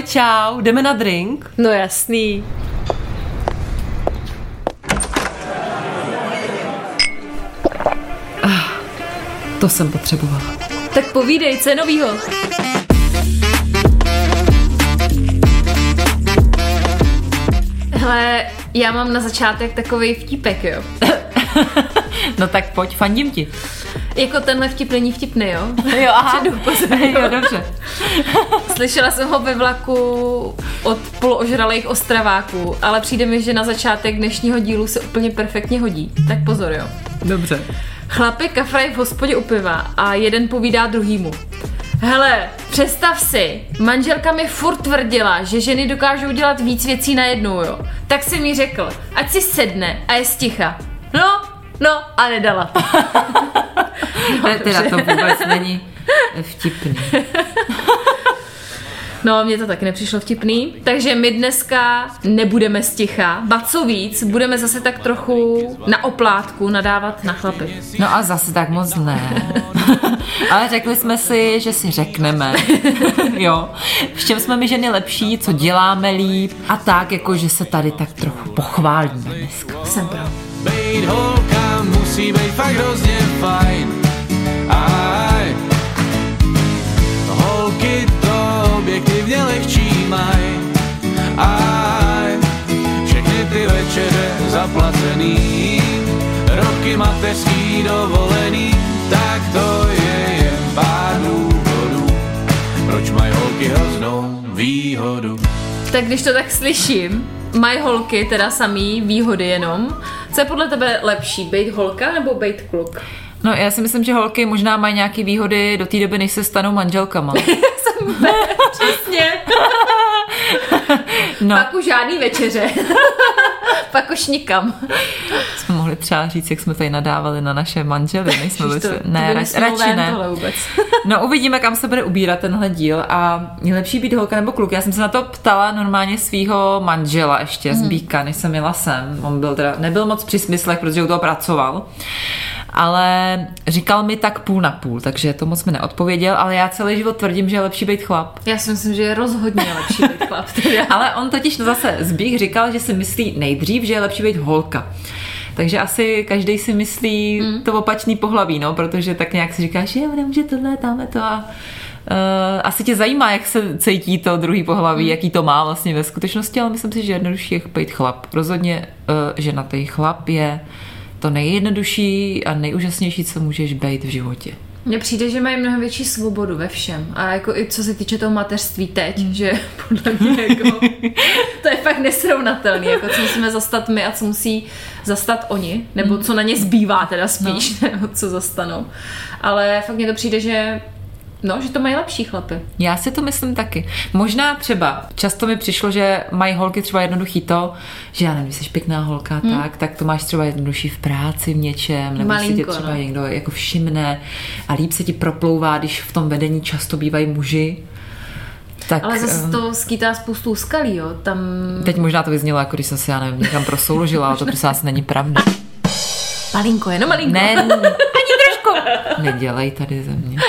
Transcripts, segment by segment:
Ahoj, čau, jdeme na drink? No jasný. To jsem potřebovala. Tak povídej, co je novýho? Hele, já mám na začátek takovej vtipek, jo. No tak pojď, fandím ti. Jako tenhle vtip není vtipný, jo? Jo, aha. Jo, dobře. Slyšela jsem ho ve vlaku od položralých Ostraváků, ale přijde mi, že na začátek dnešního dílu se úplně perfektně hodí. Tak pozor, jo. Dobře. Chlapi kafrají v hospodě u piva a jeden povídá druhýmu. Hele, představ si, manželka mi furt tvrdila, že ženy dokážou dělat víc věcí najednou, jo. Tak jsem jí řekl, ať si sedne a je sticha. No, a nedala. No, teda to vůbec není vtipný. No, mně to taky nepřišlo vtipný. Takže my dneska nebudeme sticha. Ba co víc, budeme zase tak trochu na oplátku nadávat na chlapy. No a zase tak moc ne. Ale řekli jsme si, že si řekneme. Jo. V čem jsme my ženy lepší, co děláme líp a tak, jako že se tady tak trochu pochválíme dneska. Jsem pro. Bejt holka musí být fakt hrozně fajn. Aj, holky to objektivně lehčí maj. Aj, všechny ty večeře zaplacený, roky mateřský dovolený, tak to je jen pár důvodů, proč mají holky hroznou výhodu. Tak když to tak slyším, mají holky teda samý výhody jenom. Co je podle tebe lepší, bejt holka nebo bejt kluk? No já si myslím, že holky možná mají nějaké výhody do té doby, než se stanou manželkama. Přesně. No. Pak už žádný večeře. Pak už nikam. Jsme mohli třeba říct, jak jsme tady nadávali na naše manžely. Ne, radši ne. No uvidíme, kam se bude ubírat tenhle díl a je lepší být holka nebo kluk. Já jsem se na to ptala normálně svýho manžela ještě z Bíka, než jsem jela sem. On byl teda, nebyl moc při smyslech, protože u toho pracoval. Ale říkal mi tak půl na půl, takže to moc mi neodpověděl, ale já celý život tvrdím, že je lepší být chlap. Já si myslím, že je rozhodně lepší být chlap. Ale on totiž zase Zbík říkal, že si myslí nejdřív, že je lepší být holka. Takže asi každý si myslí to opačný pohlaví, no, protože tak nějak si říká, že jo, nemůže tohle, tamhle to a asi tě zajímá, jak se cítí to druhý pohlaví, jaký to má vlastně ve skutečnosti, ale myslím si, že jednodušší je být chlap. Rozhodně ženatý chlap je to nejjednodušší a nejúžasnější, co můžeš být v životě. Mně přijde, že mají mnohem větší svobodu ve všem. A jako i co se týče toho mateřství teď, že podle mě jako, to je fakt nesrovnatelný, jako co musíme zastat my a co musí zastat oni, nebo co na ně zbývá teda spíš, nebo co zastanou. Ale fakt mně to přijde, že to mají lepší chlapy. Já si to myslím taky. Možná třeba, často mi přišlo, že mají holky třeba jednoduchý to, že já nevím, jsi pěkná holka, tak to máš třeba jednodušší v práci v něčem, nebo si tě třeba někdo jako všimne a líp se ti proplouvá, když v tom vedení často bývají muži. Tak, ale zase to skýtá spoustu úskalí, jo. Tam... Teď možná to vyznělo, jako když jsem se, já nevím, někam prosouložila, ale to prostě asi není pravda. Malinko, jenom malinko. Ne, ani trošku. Nedělej tady ze mě.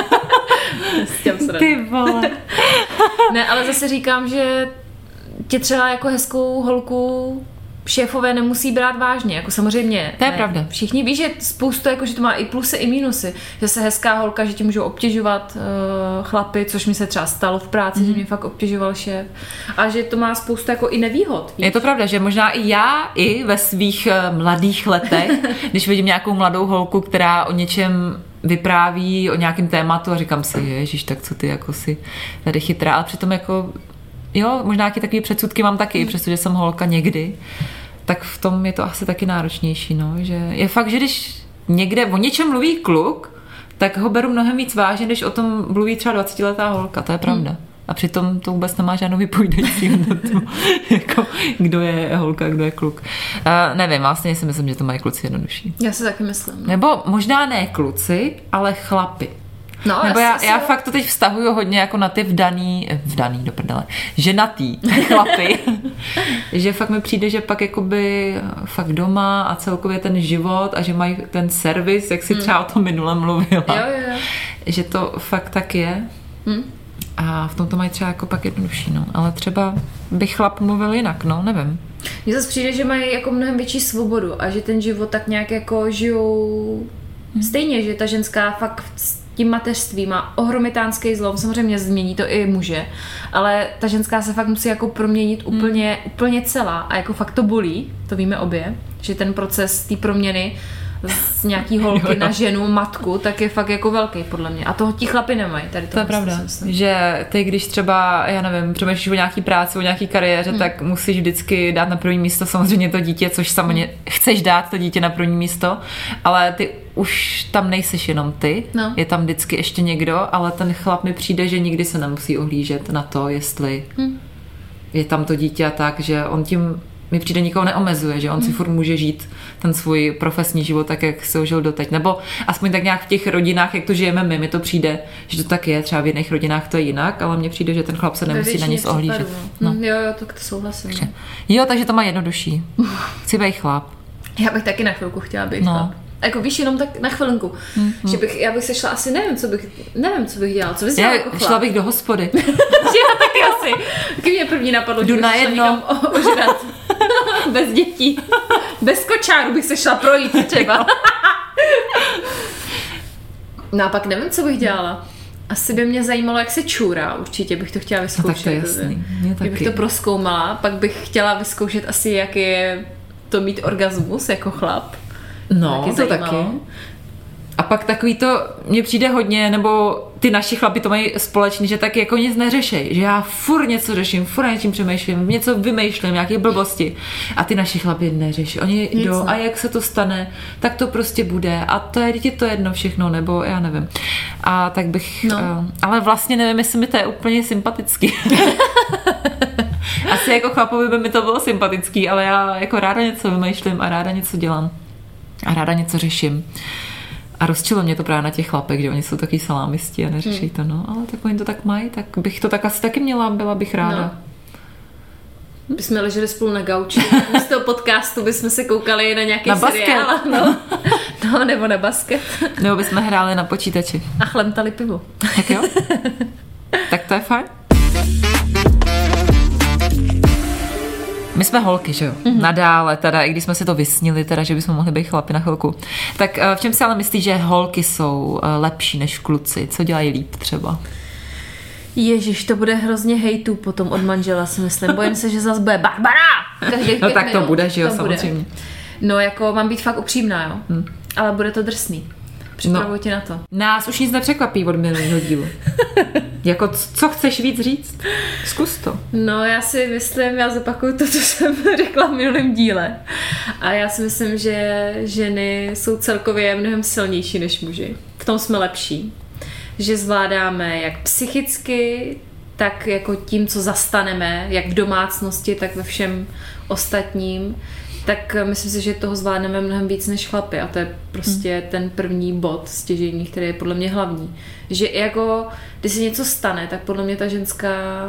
Ty vole. Ne, ale zase říkám, že tě třeba jako hezkou holku šéfové nemusí brát vážně, jako samozřejmě. To je pravda. Všichni ví, že spoustu, jako, že to má i plusy, i mínusy. Že se hezká holka, že ti můžou obtěžovat chlapy, což mi se třeba stalo v práci, že mě fakt obtěžoval šéf. A že to má spoustu jako i nevýhod. Víš? Je to pravda, že možná i já, i ve svých mladých letech, když vidím nějakou mladou holku, která o něčem vypráví, o nějakém tématu a říkám si, ježiš, tak co ty jako si tady chytrá, ale přitom jako jo, možná nějaké takové předsudky mám taky, přestože jsem holka někdy, tak v tom je to asi taky náročnější, no, že je fakt, že když někde o něčem mluví kluk, tak ho beru mnohem víc vážně, když o tom mluví třeba 20letá holka, to je pravda. A přitom to vůbec nemá žádnou vypovídající hodnotu, jako kdo je holka, kdo je kluk. Nevím, vlastně si myslím, že to mají kluci jednodušší. Já si taky myslím. Nebo možná ne kluci, ale chlapi. No, nebo já fakt to teď vztahuju hodně jako na ty vdaný do prdele, ženatý chlapy, že fakt mi přijde, že pak jakoby fakt doma a celkově ten život a že mají ten servis, jak si třeba o tom minule mluvila, jo. Že to fakt tak je. A v tom to mají třeba jako pak jednodušší, no. Ale třeba by chlap mluvil jinak, no, nevím. Mně zase přijde, že mají jako mnohem větší svobodu a že ten život tak nějak jako žijou stejně, že ta ženská fakt s tím mateřstvím má ohromitánský zlom, samozřejmě změní to i muže, ale ta ženská se fakt musí jako proměnit úplně celá a jako fakt to bolí, to víme obě, že ten proces té proměny z nějaký holky na ženu, matku, tak je fakt jako velký podle mě. A toho ti chlapi nemají. Tady to je pravda, že ty, když třeba, já nevím, přemýšlíš o nějaký práci, o nějaký kariéře, tak musíš vždycky dát na první místo samozřejmě to dítě, což samozřejmě chceš dát to dítě na první místo, ale ty už tam nejseš jenom ty, je tam vždycky ještě někdo, ale ten chlap mi přijde, že nikdy se nemusí ohlížet na to, jestli je tam to dítě a tak, že on tím mi přijde nikoho neomezuje, že on si furt může žít ten svůj profesní život tak, jak se ho žil doteď. Nebo aspoň tak nějak v těch rodinách, jak to žijeme my, mi to přijde, že to tak je, třeba v jiných rodinách to je jinak, ale mně přijde, že ten chlap se nemusí na nic ohlížet. No. Jo, to souhlasím. Jo, takže to má jednodušší. Chci být chlap. Já bych taky na chvilku chtěla být chlap. Jako víš, jenom tak na chvilinku. Že já bych se šla asi, nevím, co bych dělala. Co bys dělala jako chlap? Šla bych do hospody. Já taky asi. Taky mě první napadlo, jdu na jedno. Ožrat. Bez dětí. Bez kočáru bych se šla projít třeba. No a pak nevím, co bych dělala. Asi by mě zajímalo, jak se čůrá. Určitě bych to chtěla vyzkoušet. No, tak to je jasný. Kdybych to prozkoumala, pak bych chtěla vyzkoušet asi, jak je to mít orgasmus jako chlap. No, to taky. A pak takový to, mně přijde hodně, nebo ty naši chlapi to mají společný, že tak jako nic neřešej, že já furt něco řeším, furt něčím přemýšlím, něco vymýšlím, nějaké blbosti a ty naši chlapi neřeší. Oni jdou a jak se to stane, tak to prostě bude a to je děti to jedno všechno, nebo já nevím. A tak bych, ale vlastně nevím, jestli mi to je úplně sympatický. Asi jako chlapovi by mi to bylo sympatický, ale já jako ráda něco vymýšlím a ráda něco dělám. A ráda něco řeším. A rozčilo mě to právě na těch chlapech, že oni jsou taky salámisti a neřeší to, no. Ale tak oni to tak mají, tak bych to tak asi taky měla, byla bych ráda. No. Bychom leželi spolu na gauči. Z toho podcastu bychom se koukali na nějaký seriál. No, nebo na basket. Nebo bychom hráli na počítači. A chlemtali pivo. Tak jo. Tak to je fajn. My jsme holky, že jo? Nadále, teda, i když jsme si to vysnili, teda, že bychom mohli být chlapi na chvilku. Tak v čem si ale myslíš, že holky jsou lepší než kluci? Co dělají líp třeba? Ježiš, to bude hrozně hejtů potom od manžela, si myslím. Bojím se, že zase bude Barbara! No tak to bude, že jo, samozřejmě. No jako mám být fakt upřímná, jo? Ale bude to drsný. Připravuji tě na to. Nás už nic nepřekvapí od minulého dílu. Jako, co chceš víc říct? Zkus to. No, já si myslím, já zopakuju to, co jsem řekla v minulém díle. A já si myslím, že ženy jsou celkově mnohem silnější než muži. V tom jsme lepší. Že zvládáme jak psychicky, tak jako tím, co zastaneme, jak v domácnosti, tak ve všem ostatním. Tak myslím si, že toho zvládneme mnohem víc než chlapi a to je prostě ten první bod stěžejní, který je podle mě hlavní. Že jako, když se něco stane, tak podle mě ta ženská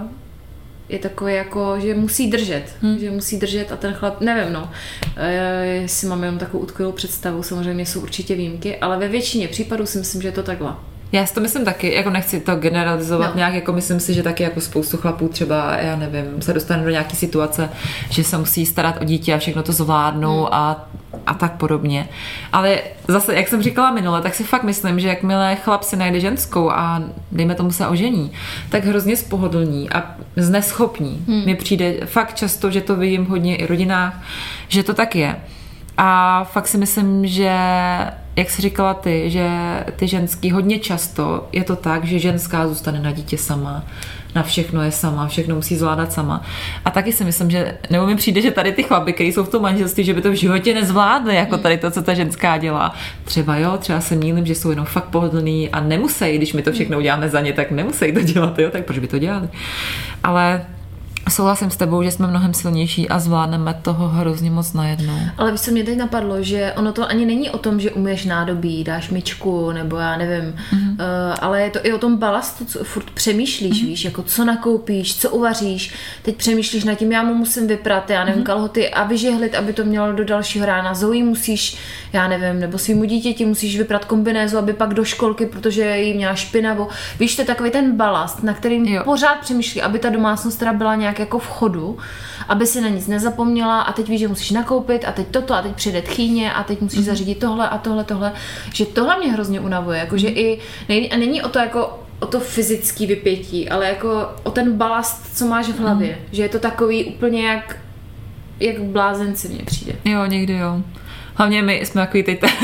je takový jako, že musí držet a ten chlap, nevím no, jestli mám jenom takovou utkvělou představu, samozřejmě jsou určitě výjimky, ale ve většině případů si myslím, že je to takhle. Já si to myslím taky, jako nechci to generalizovat nějak, jako myslím si, že taky jako spoustu chlapů třeba, já nevím, se dostane do nějaký situace, že se musí starat o dítě a všechno to zvládnou a tak podobně. Ale zase, jak jsem říkala minule, tak si fakt myslím, že jakmile chlap si najde ženskou a dejme tomu se ožení, tak hrozně spohodlní a zneschopní. Mně přijde fakt často, že to vidím hodně i v rodinách, že to tak je. A fakt si myslím, že jak jsi říkala ty, že ty ženský hodně často je to tak, že ženská zůstane na dítě sama, na všechno je sama, všechno musí zvládat sama. A taky si myslím, že, nebo mi přijde, že tady ty chlapy, kteří jsou v tom manželství, že by to v životě nezvládli, jako tady to, co ta ženská dělá. Třeba se mýlím, že jsou jenom fakt pohodlný a nemusí, když my to všechno uděláme za ně, tak nemusí to dělat, jo, tak proč by to dělali? Ale Souhlasím s tebou, že jsme mnohem silnější a zvládneme toho hrozně moc najednou. Ale víš, co mě teď napadlo, že ono to ani není o tom, že umyješ nádobí, dáš myčku, nebo já nevím, ale je to i o tom balastu, co furt přemýšlíš, víš, jako co nakoupíš, co uvaříš, teď přemýšlíš nad tím, já mu musím vyprat, já nevím, kalhoty a vyžehlit, aby to mělo do dalšího rána, Zoe musíš, já nevím, nebo svýmu dítěti musíš vyprat kombinézu, aby pak do školky, protože jí měla špinavo. Víš, to je takový ten balast, na kterým pořád přemýšlí, aby ta domácnost teda byla nějak jako v chodu, aby si na nic nezapomněla a teď víš, že musíš nakoupit a teď toto a teď přijde tchýně a teď musíš zařídit tohle a tohle, že tohle mě hrozně unavuje, jakože i a není o to jako o to fyzické vypětí, ale jako o ten balast, co máš v hlavě, že je to takový úplně jak blázenci mně přijde. Jo, někdy jo. Hlavně my jsme takový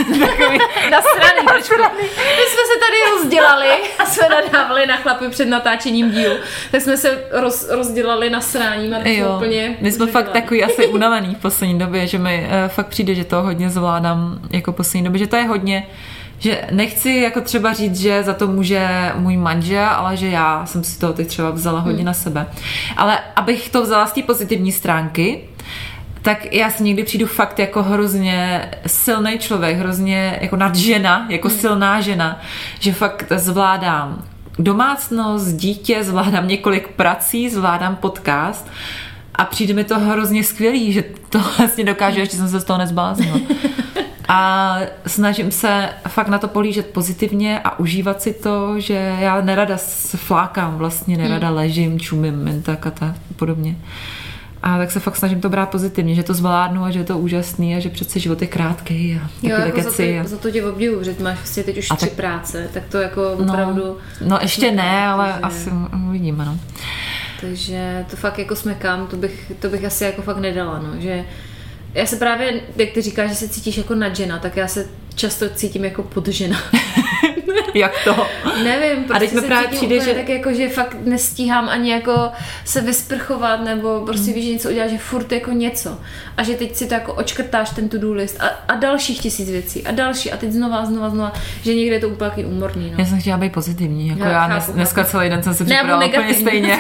nasraný trošku. My jsme se tady rozdělali a jsme nadávali na chlapy před natáčením dílu. Tak jsme se rozdělali nasráním a to úplně... My jsme fakt takový asi unavený v poslední době, že mi fakt přijde, že to hodně zvládám jako poslední době, že to je hodně, že nechci jako třeba říct, že za to může můj manžel, ale že já jsem si toho teď třeba vzala hodně na sebe. Ale abych to vzala z té pozitivní stránky, tak já si někdy přijdu fakt jako hrozně silný člověk, hrozně jako nadžena, jako silná žena, že fakt zvládám domácnost, dítě, zvládám několik prací, zvládám podcast a přijde mi to hrozně skvělý, že to vlastně dokážu, ještě jsem se z toho nezbláznila. A snažím se fakt na to polížet pozitivně a užívat si to, že já nerada se flákám vlastně, nerada ležím, čumím, jen tak a tak podobně. A tak se fakt snažím to brát pozitivně, že to zvládnu a že je to úžasný a že přece život je krátký a taky keci. Za to tě obdivuji, že máš vlastně teď už 3 práce, tak to jako opravdu... No ještě ne, ale asi uvidíme, no. Takže to fakt jako smekám, to bych asi jako fakt nedala, no, že já se právě, jak ty říkáš, že se cítíš jako nadžena, tak já se často cítím jako podžena. Jak to? Nevím, prostě se právě přijde, že tak jako, že fakt nestíhám ani jako se vysprchovat, nebo prostě víš, že něco udělat, že furt jako něco. A že teď si to jako očkrtáš ten to-do list a dalších 1000 věcí a další a teď znova, že někde je to úplně úmorný. No. Já jsem chtěla být pozitivní, jako já dneska celý den jsem se připadala úplně stejně.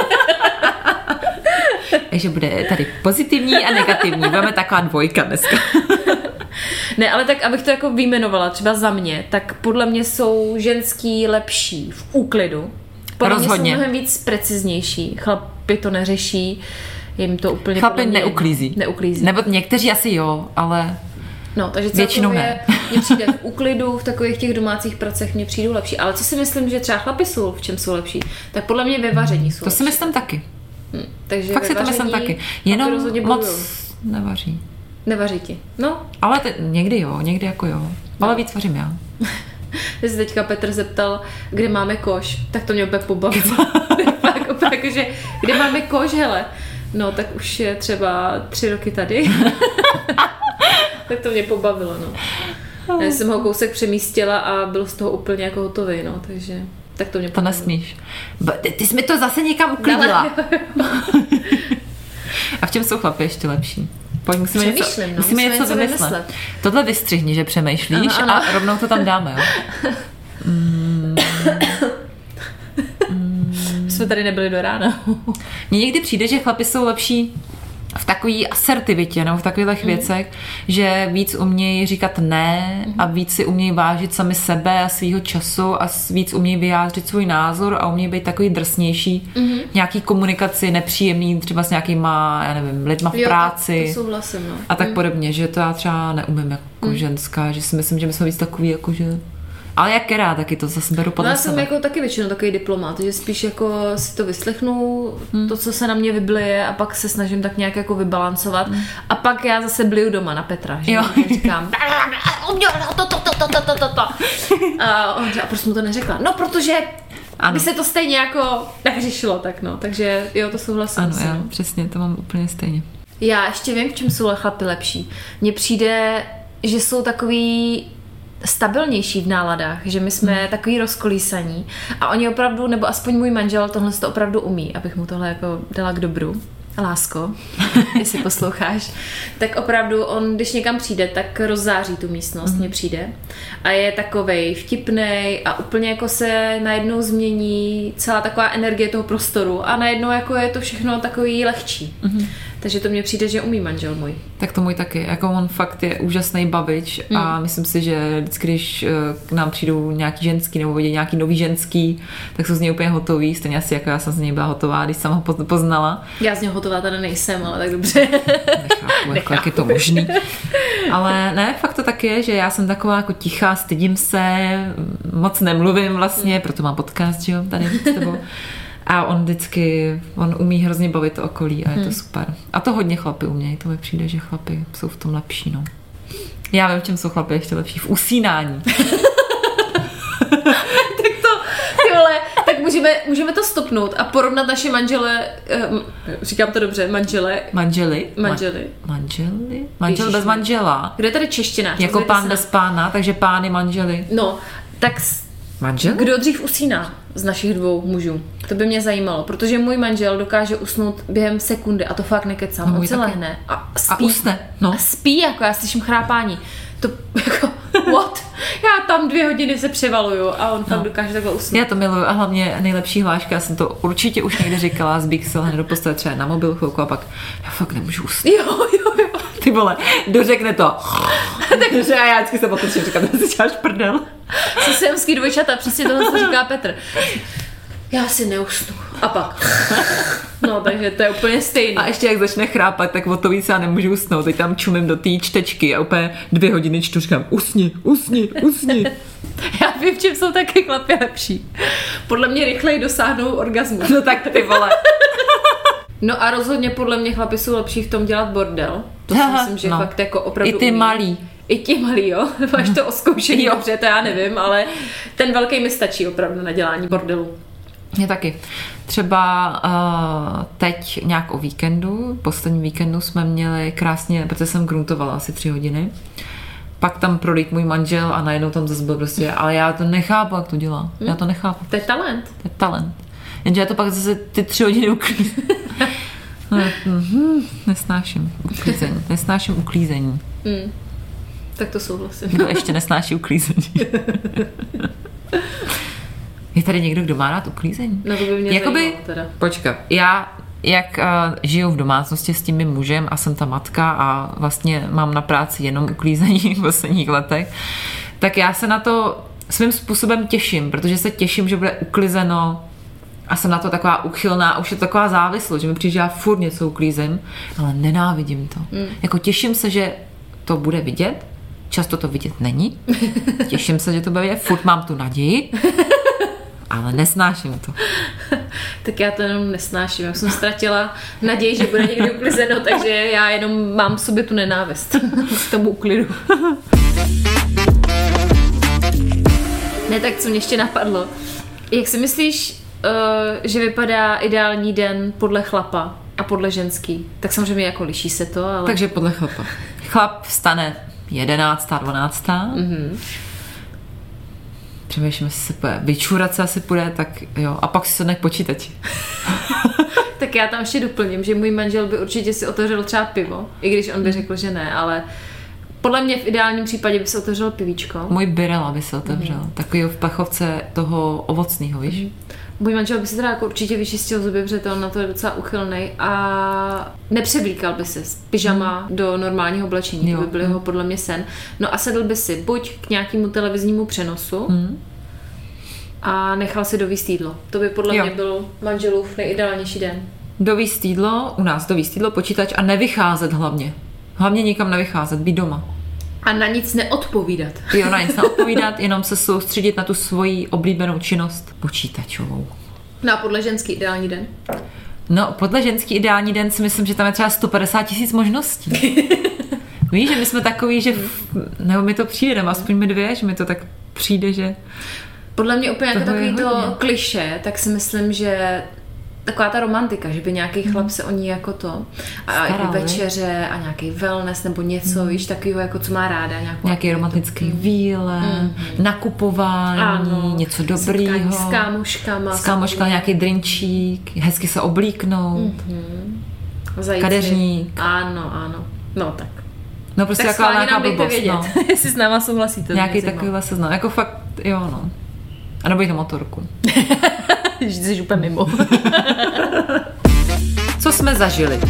Takže bude tady pozitivní a negativní. Budeme taková dvojka dneska. Ne, ale tak, abych to jako vyjmenovala, třeba za mě, tak podle mě jsou ženský lepší v úklidu. Podle mě jsou mnohem víc preciznější. Chlapi to neřeší, jim to úplně... Chlapi neuklízí. Nebo někteří asi jo, ale... No, takže většinou ne. Mně přijde v úklidu, v takových těch domácích pracech mě přijdou lepší. Ale co si myslím, že třeba chlapi jsou, v čem jsou lepší, tak podle mě ve vaření jsou to lepší. Si myslím taky. Takže fakt si to myslím taky. Jenom moc nevaří. Nevaří ti. No. Ale někdy jo, někdy jako jo. Ale víc vařím já. Když se teďka Petr zeptal, kde máme koš, tak to mě opět pobavilo. Opět, že kde máme koš, hele. No, tak už je třeba 3 roky tady. Tak to mě pobavilo, no. Já jsem ho kousek přemístila a byl z toho úplně jako hotový, no, takže... Tak to mě to nesmíš. Ty jsi mi to zase někam uklidila. A v čem jsou chlapi ještě lepší? Pojď, musíme něco vymyslet. Tohle vystřihni, že přemýšlíš a rovnou to tam dáme, jo? Jsme tady nebyli do rána. Mně někdy přijde, že chlapi jsou lepší v takové asertivitě nebo v takových věcech, že víc umějí říkat ne a víc si umějí vážit sami sebe a svýho času a víc umějí vyjádřit svůj názor a umějí být takový drsnější nějaký komunikaci nepříjemný třeba s nějakýma, já nevím, lidma v práci. To souhlasím, no. A tak podobně, že to já třeba neumím jako ženská, že si myslím, že my jsme víc takový jako, že... Ale jak kerá, taky to zase beru podle sebe. Já jsem jako taky většinou takový diplomat, že spíš jako si to vyslechnu, to, co se na mě vyblije a pak se snažím tak nějak jako vybalancovat a pak já zase bliju doma na Petra, že říkám a on říká, proč mu to neřekla? No, protože by se to stejně jako nevyřešilo, tak no, takže jo, to souhlasím. Ano, já přesně, to mám úplně stejně. Já ještě vím, v čem jsou chlapi lepší. Mně přijde, že jsou takový stabilnější v náladách, že my jsme takový rozkolísaní a oni opravdu, nebo aspoň můj manžel tohle to opravdu umí, abych mu tohle jako dala k dobru. Lásko, jestli posloucháš, tak opravdu on, když někam přijde, tak rozzáří tu místnost, mně přijde. A je takovej vtipnej a úplně jako se najednou změní celá taková energie toho prostoru a najednou jako je to všechno takový lehčí. Takže to mně přijde, že umí manžel můj. Tak to můj taky. Jako on fakt je úžasný bavič a myslím si, že vždycky, když k nám přijdou nějaký ženský nebo vidí nějaký nový ženský, tak jsou z něj úplně hotový. Stejně asi jako já jsem z něj byla hotová, když jsem ho poznala. Já z něho hotová tady nejsem, ale tak dobře. Nechápu. Jak je to možný. Ale ne, fakt to tak je, že já jsem taková jako tichá, stydím se, moc nemluvím vlastně, proto mám podcast, že jo, tady s tebou. A on umí hrozně bavit to okolí a je to super. A to hodně chlapi umějí, to mi přijde, že chlapi jsou v tom lepší, no. Já vím, v čem jsou chlapi ještě lepší, v usínání. Tak můžeme to stopnout a porovnat naše manžele, říkám to dobře, Manžel bez manžela. Kde je tady čeština? Jako pán bez pána, takže pány manžely. No, tak manžel? Kdo dřív usíná z našich dvou mužů? To by mě zajímalo, protože můj manžel dokáže usnout během sekundy a to fakt nekecám. On se lehne a spí. A usne. No. A spí, jako já slyším chrápání. To jako, what? Já tam 2 hodiny se převaluju a on fakt dokáže takhle usnout. Já to miluju a hlavně nejlepší hláška, já jsem to určitě už někde říkala, zbík se lehne do postele třeba na mobil chvilku a pak já fakt nemůžu usnout. Jo. Ty vole, dořekne to. Takže já vždycky se potočím, říkám, že si děláš prdel. Co siamský dvojčata, přesně tohle, co říká Petr. Já si neusnu. A pak. No, takže to je úplně stejný. A ještě jak začne chrápat, tak o to víc já nemůžu usnout. Teď tam čumím do té čtečky a úplně 2 hodiny čtu, říkám, usni. Já vím, čím jsou taky chlapi lepší. Podle mě rychleji dosáhnou orgazmu. No tak ty vole. No a rozhodně podle mě chlapi jsou lepší v tom dělat bordel. To si myslím, že fakt jako opravdu I ty malí. I ti malí, jo? Máš to oskoušení, dobře, to já nevím, ale ten velký mi stačí opravdu na dělání bordelu. Mě taky. Třeba teď nějak o víkendu, poslední víkendu jsme měli krásně, protože jsem gruntovala asi 3 hodiny, pak tam prolít můj manžel a najednou tam zase byl prostě, ale já to nechápu, jak to dělá. Já to nechápu. To je talent. To je talent. Jenže já to pak zase ty 3 hodiny uklízím. Nesnáším uklízení. Tak to souhlasím. Kdo ještě nesnáší uklízení? Je tady někdo, kdo má rád uklízení? No to by mě zajímalo teda. Počkat, já jak žiju v domácnosti s tím mým mužem a jsem ta matka a vlastně mám na práci jenom uklízení v posledních letech, tak já se na to svým způsobem těším, protože se těším, že bude uklizeno a jsem na to taková uchylná, už je to taková závislost, že mi přijde, že já furt něco uklízím, ale nenávidím to. Jako těším se, že to bude vidět, často to vidět není, těším se, že to bude vidět, furt mám tu naději, ale nesnáším to. Tak já to jenom nesnáším. Já jsem ztratila naději, že bude někdy uklizeno, takže já jenom mám v sobě tu nenávist k tomu uklidu. Ne, tak co mě ještě napadlo. Jak si myslíš, že vypadá ideální den podle chlapa a podle ženský? Tak samozřejmě jako liší se to, ale... Takže podle chlapa. Chlap vstane 11, 12. Přemýšlím, jestli se půjde vyčůrat se asi půjde, tak jo. A pak si sedne k počítači. Tak já tam ještě doplním, že můj manžel by určitě si otevřel třeba pivo, i když on by řekl, že ne, ale podle mě v ideálním případě by se otevřel pivíčko. Můj birela by se otevřel. Takovýho v plechovce toho ovocného, víš? Můj manžel by se teda jako určitě vyčistil zuby, protože to on na to je docela uchylnej a nepřevlíkal by se z pyžama do normálního oblečení, to by byl jeho podle mě sen. No a sedl by si buď k nějakému televiznímu přenosu a nechal si dovízt jídlo. To by podle mě byl manželův nejideálnější den. Dovízt jídlo, u nás dovízt jídlo, počítač a nevycházet hlavně. Hlavně nikam nevycházet, být doma. A na nic neodpovídat. Jo, na nic neodpovídat, jenom se soustředit na tu svoji oblíbenou činnost počítačovou. No a podle ženský ideální den? No, podle ženský ideální den si myslím, že tam je třeba 150 000 možností. Víš, že my jsme takový, že nebo mi to přijde, nebo aspoň mi 2, že mi to tak přijde, že... Podle mě úplně jako takový to klišé, tak si myslím, že taková ta romantika, že by nějaký chlap se o ní jako to a jako večeře a nějaký wellness nebo něco, víš, takového jako co má ráda. Nějaký romantický výlet, nakupování, něco dobrýho. S kámoškama, nějaký drinčík, hezky se oblíknout. Zajíci. Kadeřník. Ano. No tak. No prostě Tak taková nějaká nám dejte blbost, vědět, no. jestli s náma souhlasíte. Nějaký takovýhle seznam. Jako fakt, jo, no. A nebo to motorku. Že jsi úplně mimo. Co jsme zažili?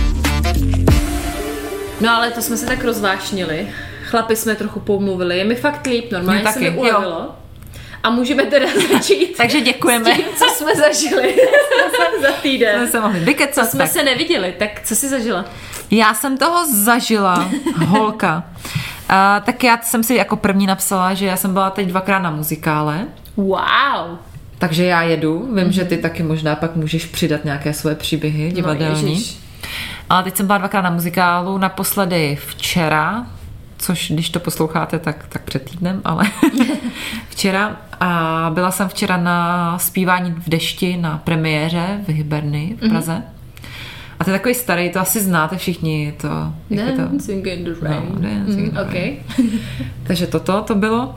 No ale to jsme se tak rozvášnili. Chlapi jsme trochu pomluvili. Je mi fakt líp, normálně Mě se mi taky, ulevilo. A můžeme teda začít Takže děkujeme. s tím, co jsme zažili za týden. Jsme se mohli vykecat. Co jsme se neviděli, tak co jsi zažila? Já jsem toho zažila, holka. Tak já jsem si jako první napsala, že já jsem byla teď 2krát na muzikále. Wow! Takže já jedu. Vím, že ty taky možná pak můžeš přidat nějaké svoje příběhy divadelní. No, ale teď jsem byla 2krát na muzikálu, naposledy včera, což když to posloucháte, tak před týdnem, ale včera. A byla jsem včera na zpívání v dešti na premiéře v Hyberny v Praze. A to je takový starý, to asi znáte všichni. Dancing in the rain. No, Dancing in the Okay. Takže to bylo.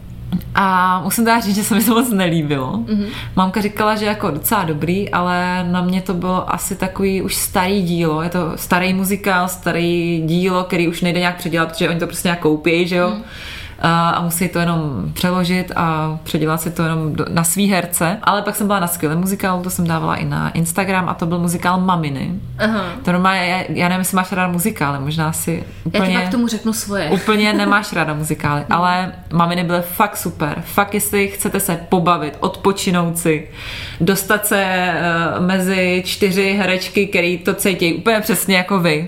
A musím teda říct, že se mi to moc nelíbilo. Mamka říkala, že jako docela dobrý, ale na mě to bylo asi takový už starý dílo. Je to starý muzikál, starý dílo, který už nejde nějak předělat, protože oni to prostě nějak koupí, že jo? A musí to jenom přeložit a předělat si to jenom na svý herce. Ale pak jsem byla na skvělém muzikálu, to jsem dávala i na Instagram a to byl muzikál Maminy. Aha. To normálně, já nevím, jestli máš ráda muzikály, možná si úplně... Já ti pak k tomu řeknu svoje. Úplně nemáš ráda muzikály, ale Maminy byly fakt super. Fakt, jestli chcete se pobavit, odpočinout si, dostat se mezi 4 herečky, který to cítí úplně přesně jako vy,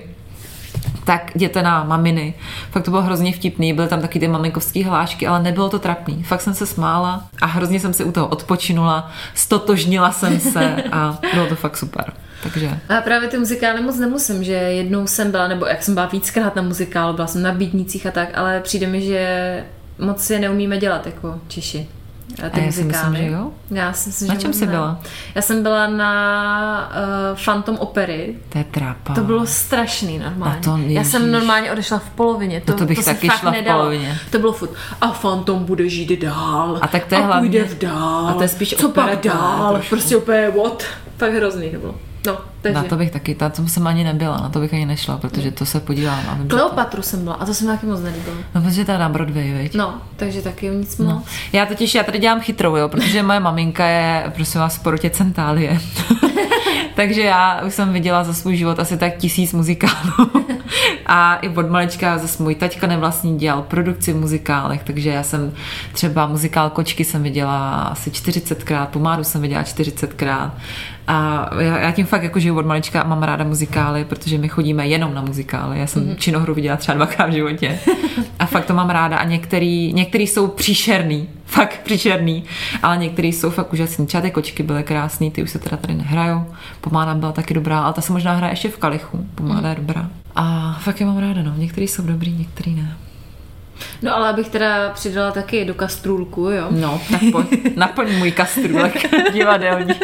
tak jděte na Maminy. Fakt to bylo hrozně vtipný, byly tam taky ty maminkovský hlášky, ale nebylo to trapný. Fakt jsem se smála a hrozně jsem si u toho odpočinula, stotožnila jsem se a bylo to fakt super. Takže. A právě ty muzikály moc nemusím, že jednou jsem byla, nebo jak jsem byla víckrát na muzikálu, byla jsem na Bídnících a tak, ale přijde mi, že moc je neumíme dělat jako Češi. Ty já muzikály. si myslím, že jo? Já si myslím, na že čem jsi byla? Já jsem byla na Phantom opery. To je trápa. To bylo strašný normálně. To já jsem normálně odešla v polovině. To bych taky šla v polovině. To bylo furt. A Phantom bude žít dál. A tak to je a hlavně. půjde v dál. A to je spíš co pak opereta, dál? trošku. Prostě úplně what? Fakt hrozný to bylo. No, takže. Na to bych taky, na tom jsem ani nebyla, na to bych ani nešla, protože to se podívám. Kleopatru jsem byla a to se mi taky moc nelíbilo. No, protože to je na Broadway, viď? No, takže taky nic moc. No. Já tady dělám chytrou, jo, protože moje maminka je, prosím vás, v porotě Centálie. Takže já už jsem viděla za svůj život asi tak 1000 muzikálů. A i od malička zase můj taťka nevlastní dělal produkci v muzikálech, takže já jsem třeba muzikál Kočky jsem viděla asi 40krát, Pomádu jsem viděla 40krát. A já tím fakt jako žiju od malička a mám ráda muzikály, protože my chodíme jenom na muzikály. Já jsem činohru viděla třeba 2krát v životě. A fakt to mám ráda a některý jsou příšerný, fakt příšerný, ale některý jsou fakt úžasný. Třeba ty Kočky byly krásný, ty už se teda tady nehrajou. Pomáda byla taky dobrá, ale ta se možná hraje ještě v Kalichu. Pomáda je dobrá. A fakt je mám ráda, no. Některý jsou dobrý, některý ne. No ale abych teda přidala taky do kastrůlku, jo? No, tak pojď, naplň můj kastrůlek divadelní.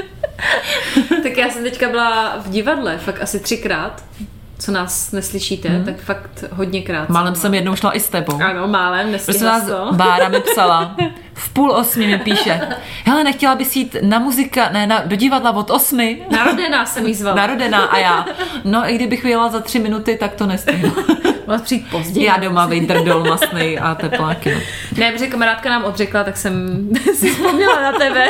Tak já jsem teďka byla v divadle, fakt asi 3krát, co nás neslyšíte, tak fakt hodněkrát. Málem jsem jednou šla i s tebou. Ano, málem, nestihla to. Bára mi psala, v 7:30 mi píše, hele, nechtěla bys jít na do divadla od 8? Narodená jsem jí zvala. Narodená a já. No i kdybych vyjela za 3 minuty, tak to nestihnu. Mohla přijít později. Já doma vyjdrdol masnej a tepláky. No. Ne, protože kamarádka nám odřekla, tak jsem si vzpomněla na tebe.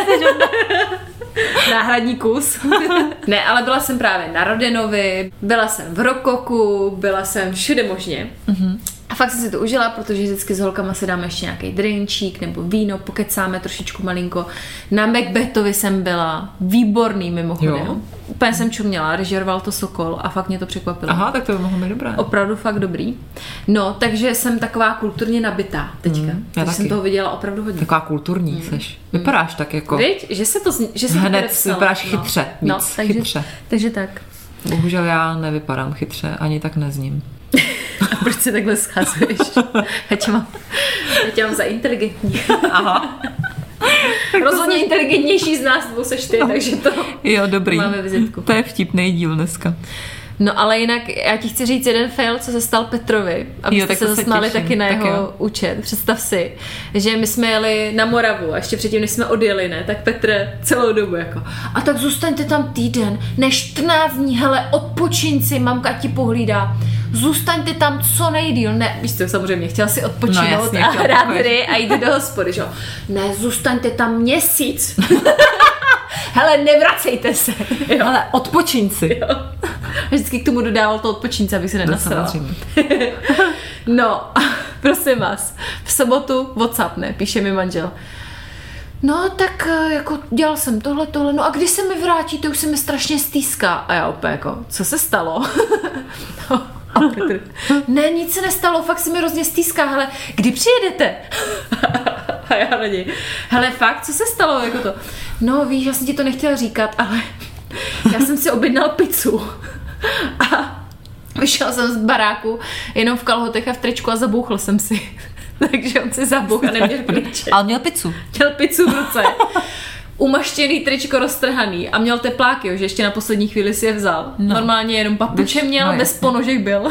Náhradní kus. Ne, ale byla jsem právě na Rodenovi, byla jsem v Rokoku, byla jsem všude možně. A fakt jsem si to užila, protože vždycky s holkama si dáme ještě nějaký drinčík nebo víno, pokecáme trošičku malinko. Na Macbethovi jsem byla, výborný mimochodem. Úplně jsem čuměla, režíroval to Sokol a fakt mě to překvapilo. Aha, tak to by mohlo být dobré. Opravdu fakt dobrý. No, takže jsem taková kulturně nabitá teďka. Takže jsem toho viděla opravdu hodně. Taková kulturní seš. Vypadáš tak jako... Víš, že se to hned vypadáš chytře. No, chytře. Takže tak. Bohužel já nevypadám chytře, ani tak nezním. A proč se takhle scházuješ? Já tě mám za inteligentní. Aha. Rozhodně inteligentnější z nás dvou seš ty, takže to jo, dobrý. máme vizitku. To je vtipný díl dneska. No ale jinak já ti chci říct jeden fail, co se stal Petrovi, abyste se zasmáli taky na jeho účet. Představ si, že my jsme jeli na Moravu a ještě předtím, než jsme odjeli, ne, tak Petr celou dobu jako a tak zůstaňte tam týden, ne 14 dní, hele, odpočiň si, mamka ti pohlídá. Zůstaňte tam co nejdýl. Ne, víš co, samozřejmě, chtěl si odpočinout a hrát hry a jít do hospody, že jo. Ne, zůstaňte tam měsíc. Hele, nevracejte se. Jo. Ale odpočiň si. Jo. Vždycky k tomu dodával to odpočínce, abych se nenasrala. No, prosím vás, v sobotu WhatsApp, ne, píše mi manžel. No, tak jako dělal jsem tohle, no a když se mi vrátíte, už se mi strašně stýská. A já opět jako, co se stalo? No. A Petr, ne, nic se nestalo, fakt se mi hrozně stýská, hele, kdy přijedete? A já na něj, hele, fakt, co se stalo, jako to? No, víš, já jsem ti to nechtěla říkat, ale já jsem si objednal pizzu a vyšel jsem z baráku jenom v kalhotech a v tričku a zabouchl jsem si. Takže on si zabouch a neměl klíče. Ale měl pizzu. Měl pizzu v ruce. Umaštěný tričko roztrhaný a měl tepláky, jo, že ještě na poslední chvíli si je vzal. No. Normálně jenom papuče měl, bez ponožek byl.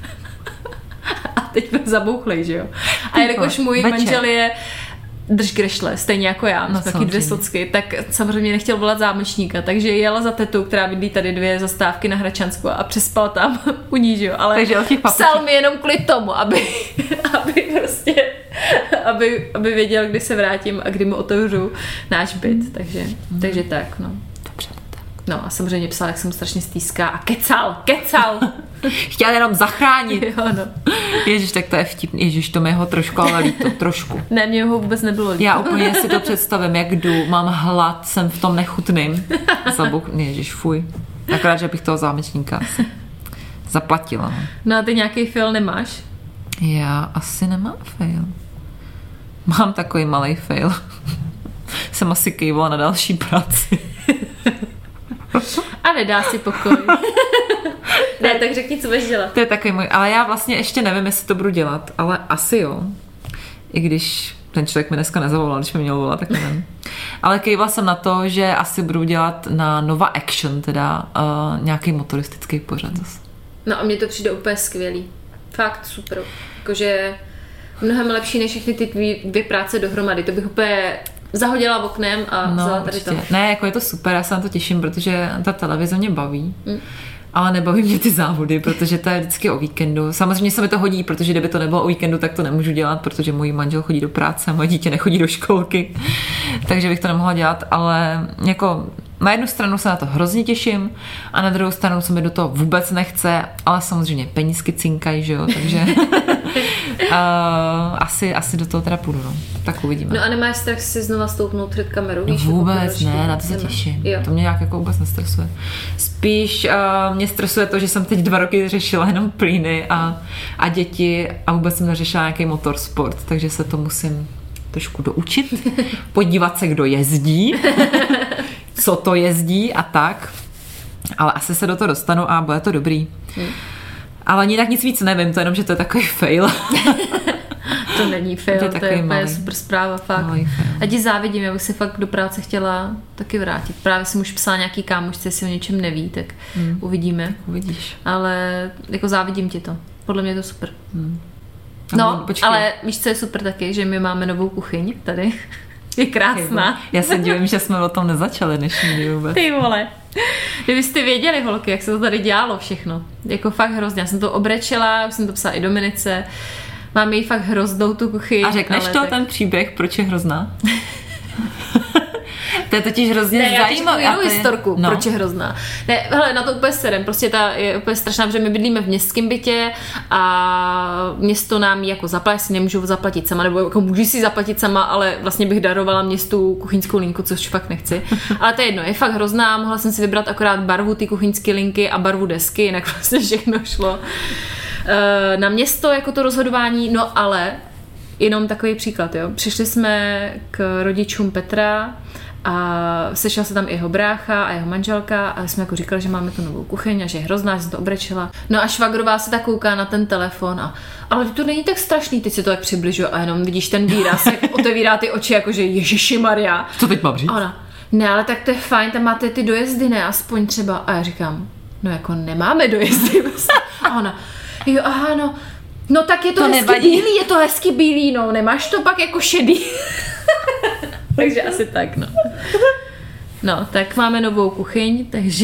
A teď byl zabouchlej, že jo. A jelikož můj manžel je drž grešle, stejně jako já, no, taky 2 socky, tak samozřejmě nechtěl volat zámečníka, takže jel za tetu, která bydlí tady 2 zastávky na Hračansku a přespal tam u ní, že jo. Ale psal mi jenom kvůli tomu, aby prostě aby věděl, kdy se vrátím a kdy mu otevřu náš byt, takže tak, no. Dobře, tak. No a samozřejmě psal, jak se mu strašně stýská a kecal. Chtěl jenom zachránit. Jo, no. Ježiš, tak to je vtipný. Ježiš, to mi ho trošku, ale líto, trošku. Ne, mě ho vůbec nebylo líto. Já úplně si to představím, jak jdu, mám hlad, jsem v tom nechutným. Ježiš, fuj. Akorát, že bych toho zámečníka asi zaplatila. No a ty nějaký fail nemáš? Já asi nemám fail. Mám takový malej fail. Jsem asi kejvala na další práci. A nedá si pokoj. Ne, tak řekni, co budeš dělat. To je takový můj, ale já vlastně ještě nevím, jestli to budu dělat, ale asi jo. I když ten člověk mi dneska nezavolal, když mi měl volat, tak nevím. Ale kejvala jsem na to, že asi budu dělat na Nova Action, teda nějaký motoristický pořad zase. No a mně to přijde úplně skvělý. Fakt super. Jakože mnohem lepší než všechny ty 2 práce dohromady. To bych úplně zahodila oknem a vzala tady to. Ne, jako je to super, já se na to těším, protože ta televize mě baví. Ale nebaví mě ty závody, protože to je vždycky o víkendu. Samozřejmě se mi to hodí, protože kdyby to nebylo o víkendu, tak to nemůžu dělat, protože můj manžel chodí do práce, moje dítě nechodí do školky, takže bych to nemohla dělat, ale jako na jednu stranu se na to hrozně těším a na druhou stranu se mi do toho vůbec nechce, ale samozřejmě penízky cinkají, že jo, takže asi do toho teda půjdu, no. Tak uvidíme. No a nemáš strach si znova stoupnout před kamerou? Víš, no vůbec ne, na to se těším. Jo. To mě nějak jako vůbec nestresuje. Spíš mě stresuje to, že jsem teď 2 roky řešila jenom plíny a děti a vůbec jsem neřešila nějaký motorsport, takže se to musím trošku doučit, podívat se, kdo jezdí, co to jezdí a tak. Ale asi se do toho dostanu a bude to dobrý. Ale jinak nic víc nevím, to jenom, že to je takový fail. To není fail, to je úplně super zpráva, fakt. A ti závidím, já bych si fakt do práce chtěla taky vrátit. Právě jsem už psala nějaký kámošce, jestli o něčem neví, tak uvidíme. Uvidíš. Ale jako závidím ti to. Podle mě je to super. No, ale víš, co je super taky, že my máme novou kuchyň tady. Je krásná. Já se divím, že jsme o tom nezačali dnešní vůbec. Ty vole. Kdybyste věděli, holky, jak se to tady dělalo všechno. Jako fakt hrozně. Já jsem to obrečela, už jsem to psala i Dominice. Máme jí fakt hroznou tu kuchyň. A řekneš to, ten příběh, proč je hrozná? To je totiž hrozně zajímavé. Já ti historku, proč je hrozná. Ne, hele, na to úplně serem. Prostě ta je úplně strašná, protože my bydlíme v městském bytě a město nám ji jako zaplatí, si nemůžu zaplatit sama, nebo jako můžu si zaplatit sama, ale vlastně bych darovala městu kuchyňskou linku, což fakt nechci. Ale to je jedno, je fakt hrozná, mohla jsem si vybrat akorát barvu ty kuchyňské linky a barvu desky, jinak vlastně všechno šlo na město jako to rozhodování, no ale jenom takový příklad, jo. Přišli jsme k rodičům Petra a sešel se tam i jeho brácha a jeho manželka a jsme jako říkali, že máme tu novou kuchyň a že je hrozná, že jsem to obrečela. No a švagrová se tak kouká na ten telefon a ale to není tak strašný, teď se to tak přibližuje a jenom vidíš ten výraz, jak otevírá ty oči, jakože Ježišimaria. Co teď mám říct? Ona, ne, ale tak to je fajn, tam máte ty dojezdy, ne, aspoň třeba. A já říkám, no jako nemáme dojezdy. A ona, jo, aha, no tak je to hezky nevadí. bílý, je to hezky bílý, no, nemáš to pak jako šedý. Takže asi tak, no. No, tak máme novou kuchyň, takže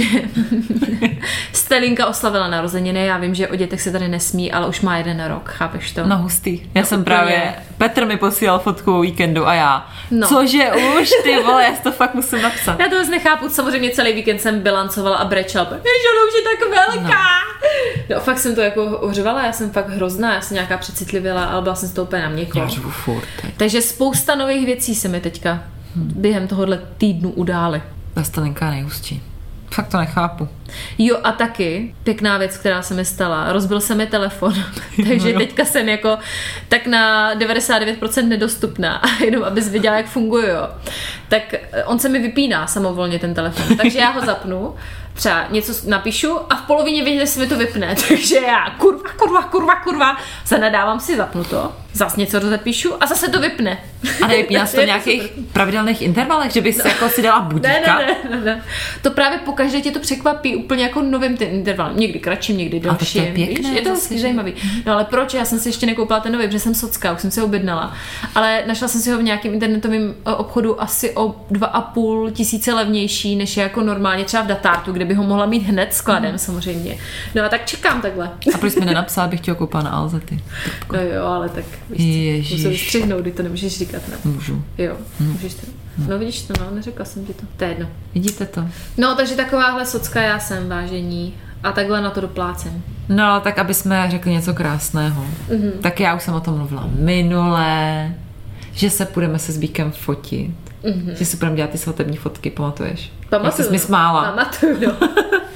Stelinka oslavila narozeniny, já vím, že o dětech se tady nesmí, ale už má 1 rok, chápeš to? No hustý. Já jsem úplně. právě, Petr mi posílal fotku o víkendu a já, cože už, ty vole, já si to fakt musím napsat. Já to vůbec nechápu, samozřejmě celý víkend jsem bilancovala a brečela, že ona už je tak velká. No, fakt jsem to jako ohřevala, já jsem fakt hrozná, já jsem nějaká přecitlivěla, ale byla jsem z toho úplně na měkko. Já řvu furt. Takže spousta nových věcí se mi teďka během tohohle týdnu udály. Ta Stelinka nejhustší. Fakt to nechápu. Jo, a taky pěkná věc, která se mi stala. Rozbil se mi telefon, takže teďka jsem jako tak na 99% nedostupná. A jenom abys viděla, jak funguje, jo. Tak on se mi vypíná samovolně ten telefon, takže já ho zapnu, třeba něco napíšu a v polovině vidíte, že se mi to vypne, takže já kurva, zanadávám si, zapnu to, zase něco rozepíšu a zase to vypne. A nevypíná se to v nějakých pravidelných intervalech, že bys jako si dala budíka? Ne. To právě pokaždé tě to překvapí úplně jako novým ten interval. Někdy kratším, někdy delším. A to je pěkné. Je to hezky zajímavý. No ale proč? Já jsem si ještě nekoupila ten nový, protože jsem socka, už jsem si ho objednala. Ale našla jsem si ho v nějakém internetovém obchodu asi o 2,5 tisíce levnější, než je jako normálně třeba v Datártu, kde by ho mohla mít hned skladem samozřejmě. No a tak čekám takhle. A proč jsi mi nenapsala, abych tě ho koupila na Alzety? No jo, ale tak musím vystřihnout, kdy to nemůžeš říkat, ne? Můžu. Jo, můžeš to. No vidíš to, no, neřekla jsem ti to. To je jedno. Vidíte to? No, takže takováhle socka já jsem, vážení. A takhle na to doplácem. No, ale tak, aby jsme řekli něco krásného. Tak já už jsem o tom mluvila minule, že se půjdeme se Zbíkem fotit. Že si budeme dělat ty svatební fotky, pamatuješ? Pamatuju. Jak jsi mi smála. Pamatuju, no.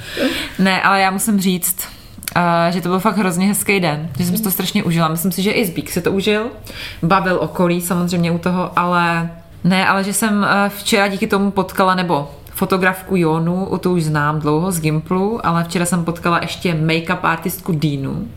Ne, ale já musím říct, že to byl fakt hrozně hezký den, že jsem si to strašně užila. Myslím si, že i Zbík si to užil. Bavil okolí samozřejmě u toho, ale že jsem včera díky tomu potkala, nebo fotografku Jonu, tu už znám dlouho z Gimplu, ale včera jsem potkala ještě make-up artistku Dínu.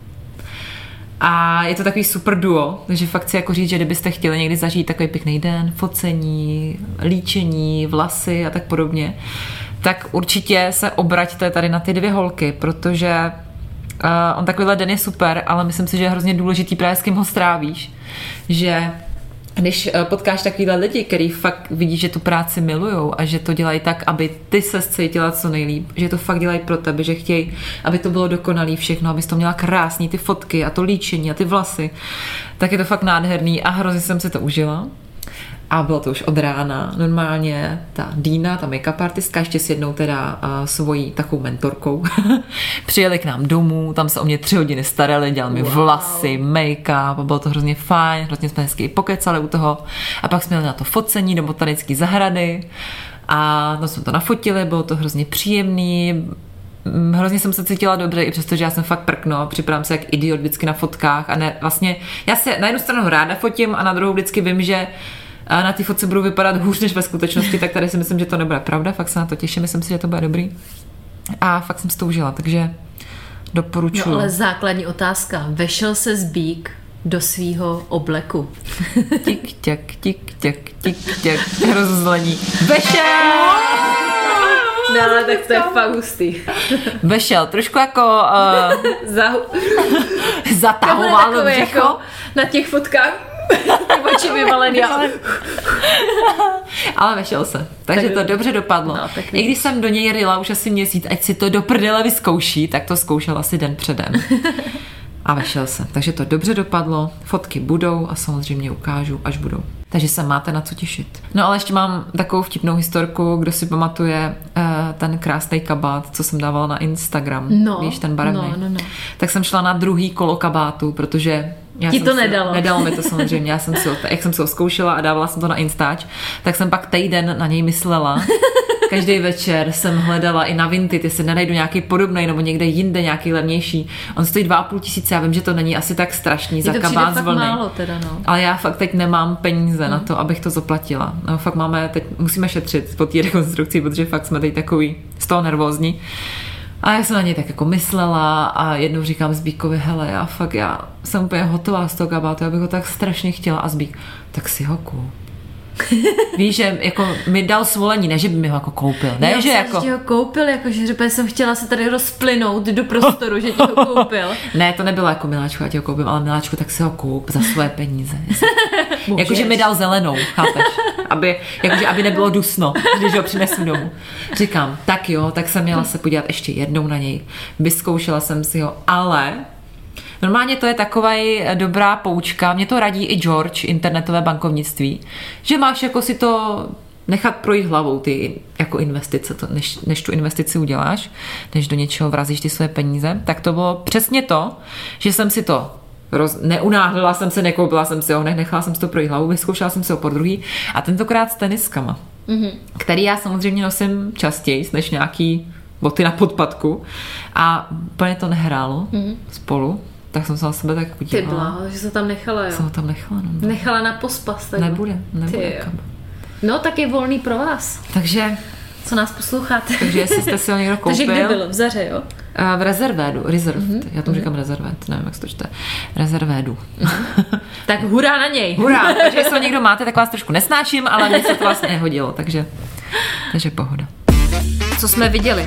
A je to takový super duo, takže fakt si jako říct, že kdybyste chtěli někdy zažít takový pěkný den, focení, líčení, vlasy a tak podobně, tak určitě se obraťte tady na ty 2 holky, protože on takovýhle den je super, ale myslím si, že je hrozně důležitý právě s kým ho strávíš, že když potkáš takovýhle lidi, který fakt vidí, že tu práci milujou a že to dělají tak, aby ty se cítila co nejlíp, že to fakt dělají pro tebe, že chtějí, aby to bylo dokonalý všechno, abys to měla krásný, ty fotky a to líčení a ty vlasy, tak je to fakt nádherný a hrozně jsem si to užila. A bylo to už od rána. Normálně ta Dina, ta make-up artistka, ještě s jednou teda svojí takovou mentorkou, přijeli k nám domů, tam se o mě 3 hodiny starali, dělali mi vlasy, make-up a bylo to hrozně fajn, hrozně jsme hezky pokecali u toho. A pak jsme jeli na to focení do botanické zahrady a tam jsme to nafotili, bylo to hrozně příjemný. Hrozně jsem se cítila dobře, i přestože já jsem fakt prkno, připadám se jak idiot vždycky na fotkách a ne, vlastně já se na jednu stranu ráda fotím a na druhou vždycky vím, že na té fotce budou vypadat hůř než ve skutečnosti, tak tady si myslím, že to nebude pravda, fakt se na to těším, myslím si, že to bude dobrý. A fakt jsem si to užila, takže doporučuji. No ale základní otázka, vešel se Zbík do svýho obleku? Tik, tak, rozuzlení. Vešel! No ale tak to je fakt hustý. Vešel, trošku jako zatahoval do břicho. Jako na těch fotkách oči vyvalený. Ale vešel se. Takže to dobře dopadlo. No, i když jsem do něj ryla už asi měsíc, ať si to do prdele vyzkouší, tak to zkoušel asi den předem. A vešel se. Takže to dobře dopadlo. Fotky budou a samozřejmě ukážu, až budou. Takže se máte na co těšit. No ale ještě mám takovou vtipnou historku, kdo si pamatuje ten krásný kabát, co jsem dávala na Instagram. No, víš, ten barevný. No. Tak jsem šla na 2. kolo kabátu, protože nedalo. Nedalo mi to samozřejmě. Jak jsem si ho zkoušela a dávala jsem to na Instač, tak jsem pak týden na něj myslela. Každý večer jsem hledala i na Vinted, jestli nenajdu nějaký podobný nebo někde jinde nějaký levnější. On stojí 2,5 tisíce, já vím, že to není asi tak strašný za kabát z vlny. Málo teda, no. Ale já fakt teď nemám peníze na to, abych to zaplatila. No, fakt musíme šetřit po té rekonstrukci, protože fakt jsme teď takový z toho nervózní. A já jsem na něj tak jako myslela a jednou říkám Zbíkovi, hele, já jsem úplně hotová z toho kabátu, já bych ho tak strašně chtěla a Zbík, tak si ho kup. Víš, že jako mi dal svolení, ne, že by mi ho jako koupil. Ne, já že jako... ho koupil, jakože jsem chtěla se tady rozplynout do prostoru, že ti ho koupil. Ne, to nebylo jako Miláčku, já ti ho koupím, ale Miláčku, tak si ho koup za svoje peníze. Jakože mi dal zelenou, chápeš? Aby nebylo dusno, když ho přinesu domů. Říkám, tak jo, tak jsem měla se podívat ještě jednou na něj. Vyzkoušela jsem si ho, ale normálně to je taková dobrá poučka, mě to radí i George, internetové bankovnictví, že máš jako si to nechat projít hlavou ty jako investice, než tu investici uděláš, než do něčeho vrazíš ty své peníze, tak to bylo přesně to, že jsem si to neunáhlila jsem se, nekoupila jsem si ho, nechala jsem si to projít hlavu, vyzkoušela jsem si ho po druhý a tentokrát s teniskama, který já samozřejmě nosím častěji než nějaký boty na podpatku a úplně to nehrálo spolu. Tak jsem se na sebe tak podívala. Ty bláho, že se tam nechala, jo. Jsem ho tam nechala, no. Nechala na pospas. Tak Nebude. No, tak je volný pro vás. Takže... Co nás posloucháte. Takže jestli jste si ho někdo koupil... Takže kde bylo? V Zaře, jo? V Rezervédu. Já tomu říkám Rezervét, nevím, jak se to čte. Rezervédu. Tak hurá na něj. Hurá, takže jestli ho někdo máte, tak vás trošku nesnáším, ale mně se to vlastně nehodilo, takže pohoda. Co jsme viděli?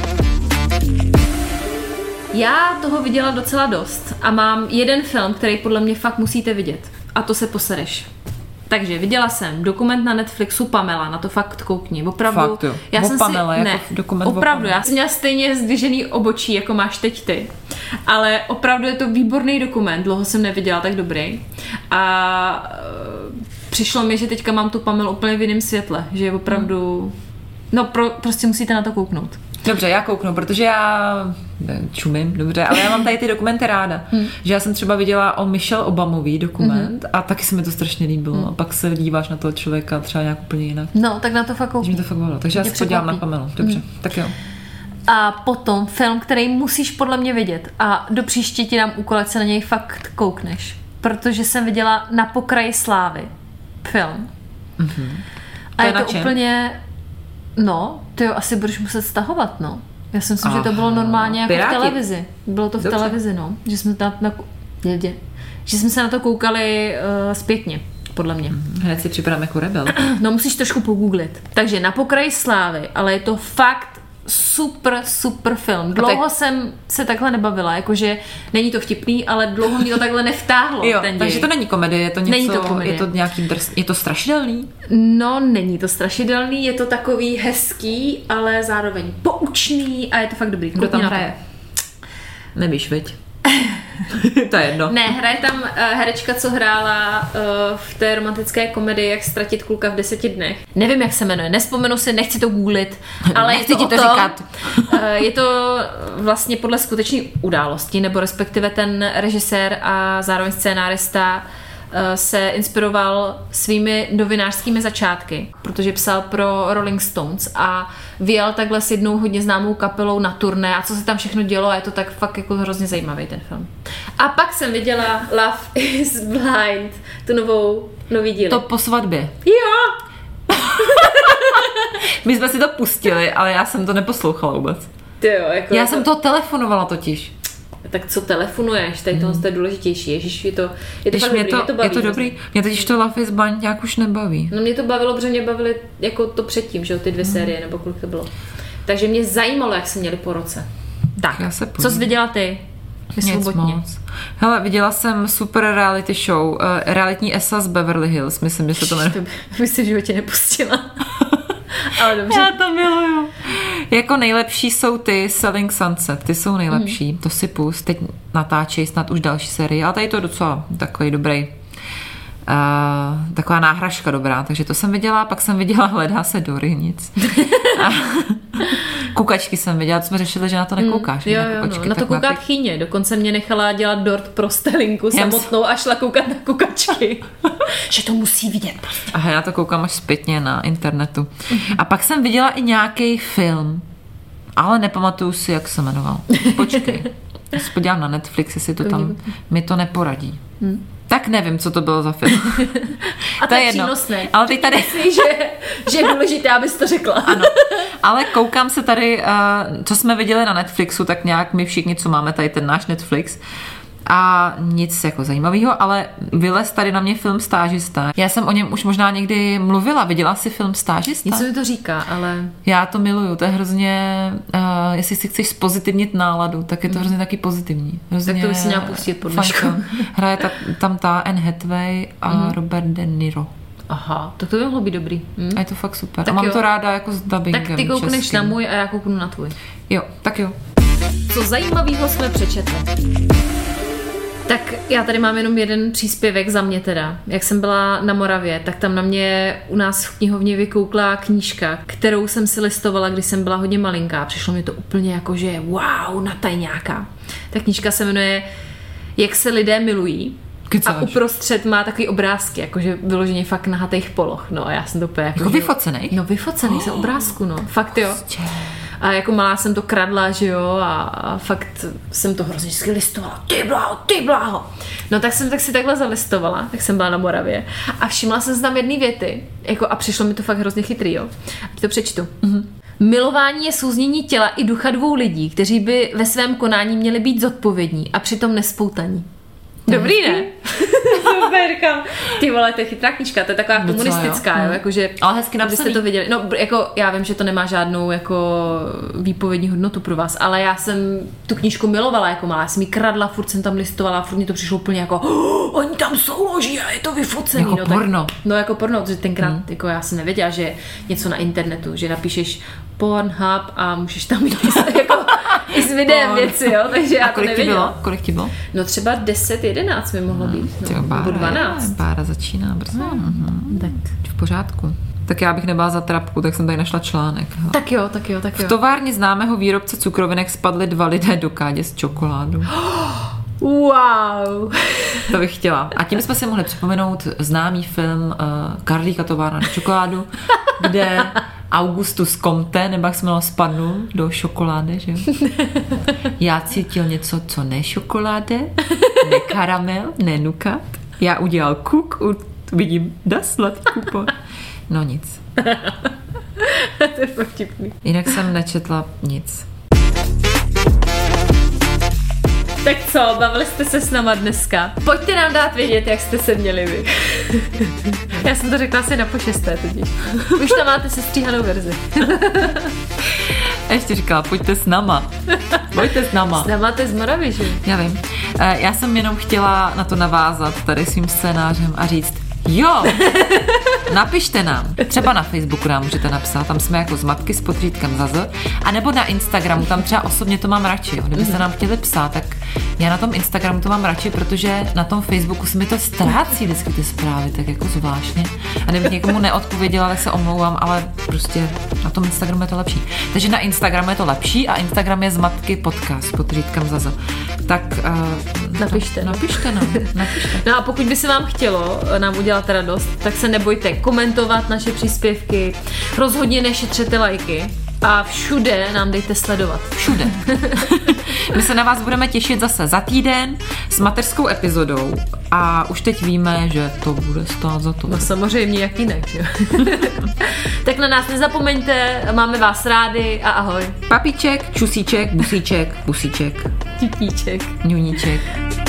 Já toho viděla docela dost a mám jeden film, který podle mě fakt musíte vidět. A to se posereš. Takže viděla jsem dokument na Netflixu Pamela, na to fakt koukni. Opravdu. Fakt jo. Já jsem Pamela, si, jako ne, dokument opravdu, já jsem měla stejně zdvižený obočí, jako máš teď ty. Ale opravdu je to výborný dokument, dlouho jsem neviděla tak dobrý. A přišlo mi, že teďka mám tu Pamelu úplně v jiném světle, že je opravdu... No prostě musíte na to kouknout. Dobře, já kouknu, protože já čumím, dobře, ale já mám tady ty dokumenty ráda. Že já jsem třeba viděla o Michelle Obamový dokument a taky se mi to strašně líbilo. A pak se díváš na toho člověka třeba nějak úplně jinak. No, tak na to fakt kouknu. Že mi to fakt bavilo. Takže já se podívám na Pamelu. Dobře, tak jo. A potom film, který musíš podle mě vidět a do příště ti dám úkol, ať se na něj fakt koukneš. Protože jsem viděla Na pokraji slávy film. A je to úplně... No, ty jo, asi budeš muset stahovat, no. Já si myslím, že to bylo normálně jako Piráti. v televizi. Bylo to v televizi, no. Že jsme se na to koukali zpětně, podle mě. Hned si připadám jako rebel. No, musíš trošku pogooglit. Takže Na pokraji slávy, ale je to fakt super film. Dlouho jsem se takhle nebavila, jakože není to vtipný, ale dlouho mi to takhle nevtáhlo. Jo, ten děj. takže to není komedie, je to něco, není to komedie. je to nějaký je to strašidelný? No, není to strašidelný, je to takový hezký, ale zároveň poučný a je to fakt dobrý. Kdo tam hraje? Nevíš, viď? To je jedno. Ne, hraje tam herečka, co hrála v té romantické komedii Jak ztratit kluka v 10 dnech. Nevím, jak se jmenuje, nespomenu si, nechci to googlit, ale nechci je to ti to říkat. Je to vlastně podle skutečné události, nebo respektive ten režisér a zároveň scénárista se inspiroval svými novinářskými začátky, protože psal pro Rolling Stones a vyjel takhle s jednou hodně známou kapelou na turné a co se tam všechno dělo a je to tak fakt jako hrozně zajímavý ten film. A pak jsem viděla Love is Blind, tu nový díl. To po svatbě. Jo! My jsme si to pustili, ale já jsem to neposlouchala vůbec. Já jsem to telefonovala totiž. Tak co telefonuješ? Tady tohle je důležitější. Ježiš, je to fakt dobrý, mě to baví. Je to dobrý. Mě totiž to Love is Blind nějak už nebaví. No mě to bavilo, protože mě bavily jako to předtím, že jo, ty 2 série, nebo kolik to bylo. Takže mě zajímalo, jak se měli po roce. Tak, co jsi viděla ty? Nic moc. Hele, viděla jsem super reality show, realitní esa z Beverly Hills, myslím, že se to jmenuje. To bych si v životě nepustila. Ale dobře. Já to miluju. Jako nejlepší jsou ty Selling Sunset, ty jsou nejlepší, to si pust, teď natáčejí snad už další série, ale tady to je docela takový dobrý, taková náhražka dobrá, takže to jsem viděla, pak jsem viděla Hledá se Dory, nic. Kukačky jsem viděla, to jsme řešili, že na to nekoukáš. Jo, no. Na to kouká tchýně, dokonce mě nechala dělat dort pro Stelinku samotnou a šla koukat na kukačky. Že to musí vidět. Aha, já to koukám až zpětně na internetu. A pak jsem viděla i nějaký film, ale nepamatuju si, jak se jmenoval. Počkej, já se podívám na Netflix, jestli to tam mi to neporadí. Tak nevím, co to bylo za film. A to je přínosné. Ale teď tady... Myslíš, že je důležité, abys to řekla. Ano, ale koukám se tady, co jsme viděli na Netflixu, tak nějak my všichni, co máme tady ten náš Netflix, A nic jako zajímavého, ale vylez tady na mě film Stážista. Já jsem o něm už možná někdy mluvila. Viděla jsi film Stážista? Něco mi to říká, ale... Já to miluju, to je hrozně, jestli si chceš pozitivnit náladu, tak je to hrozně taky pozitivní. Hrozně tak to bych si měla pustit po dnešku. Hraje tam ta Anne Hathaway a Robert De Niro. Aha, tak to by mohlo být dobrý. A je to fakt super. Tak a mám jo. to ráda jako s dubbingem. Tak ty koukneš českým. na můj a já kouknu na tvůj. Jo, tak jo. Co zajímavého jsme přečetli? Tak já tady mám jenom jeden příspěvek za mě teda. Jak jsem byla na Moravě, tak tam na mě u nás v knihovně vykoukla knížka, kterou jsem si listovala, když jsem byla hodně malinká. Přišlo mi to úplně jako, že wow, natajňáka. Ta knížka se jmenuje Jak se lidé milují. Kecáš. A uprostřed má takový obrázky, jakože vyloženě fakt nahatých poloh. No a já jsem to úplně Jako vyfocenej? No vyfocený z obrázku, no. Fakt jo. A jako malá jsem to kradla, že jo, a fakt jsem to hrozně vždycky listovala. Ty bláho. No tak jsem tak si takhle zalistovala, tak jsem byla na Moravě. A všimla jsem si tam jedné věty, jako a přišlo mi to fakt hrozně chytrý, jo. A to přečtu. Milování je souznění těla i ducha dvou lidí, kteří by ve svém konání měli být zodpovědní a přitom nespoutaní. Dobrý, ne? Super, kam. Ty vole, to je chytrá knížka, to je taková komunistická, jo, jakože... Ale hezky napsaný. Abyste to viděli. No, jako já vím, že to nemá žádnou jako výpovědní hodnotu pro vás, ale já jsem tu knížku milovala jako malá, já jsem ji kradla, furt jsem tam listovala, furt mi to přišlo úplně jako oni tam souloží a je to vyfocený. Jako no, porno. Tak, no jako porno, protože tenkrát jako já jsem nevěděla, že něco na internetu, že napíšeš Pornhub a můžeš tam mít jako i s videem věci, jo, takže já to nevěděla. Kolik ti bylo? No třeba 10-11 mi mohlo být, no, nebo 12. Bára začíná brzo. Tak. V pořádku. Tak já bych nebyla za trapku, tak jsem tady našla článek. Tak jo. V továrně známého výrobce cukrovinek spadli 2 lidé do kádě s čokoládou. Wow. To bych chtěla. A tím jsme si mohli připomenout známý film Karlíka továrna na čokoládu, kde Augustus Comte, nebo jak se jmenoval, spadnul do čokolády, že jo? Já cítil něco, co ne čokoláde, ne karamel, ne nukat. Já udělal kuk, vidím sladký kupon. No nic. To je fakt vtipný. Jinak jsem nečetla nic. Tak co, bavili jste se s náma dneska? Pojďte nám dát vědět, jak jste se měli vy. Já jsem to řekla asi na počesté totiž. Už tam máte sestříhanou verzi. Ještě říkala, pojďte s náma. Pojďte s náma. S náma z Moravy, že? Já vím. Já jsem jenom chtěla na to navázat tady svým scénářem a říct, jo, napište nám. Třeba na Facebooku nám můžete napsat, tam jsme jako zmatky s potřítkem ZAZ, a nebo na Instagramu, tam třeba osobně to mám radši. Jo. Kdybyste nám chtěli psát, tak já na tom Instagramu to mám radši, protože na tom Facebooku se mi to ztrácí vždycky ty zprávy, tak jako zvláštně. A kdybych někomu neodpověděla, tak se omlouvám, ale prostě na tom Instagramu je to lepší. Takže na Instagramu je to lepší a Instagram je zmatky podcast s potřítkem ZAZ. Tak napište nám. No a pokud by se vám chtělo nám udělat radost, tak se nebojte komentovat naše příspěvky, rozhodně nešetřete lajky a všude nám dejte sledovat. Všude. My se na vás budeme těšit zase za týden s mateřskou epizodou a už teď víme, že to bude stát za to. No samozřejmě, jak jinak, jo. Tak na nás nezapomeňte, máme vás rádi a ahoj. Papíček, čusíček, busíček, pusíček. Titíček. Ňuníček.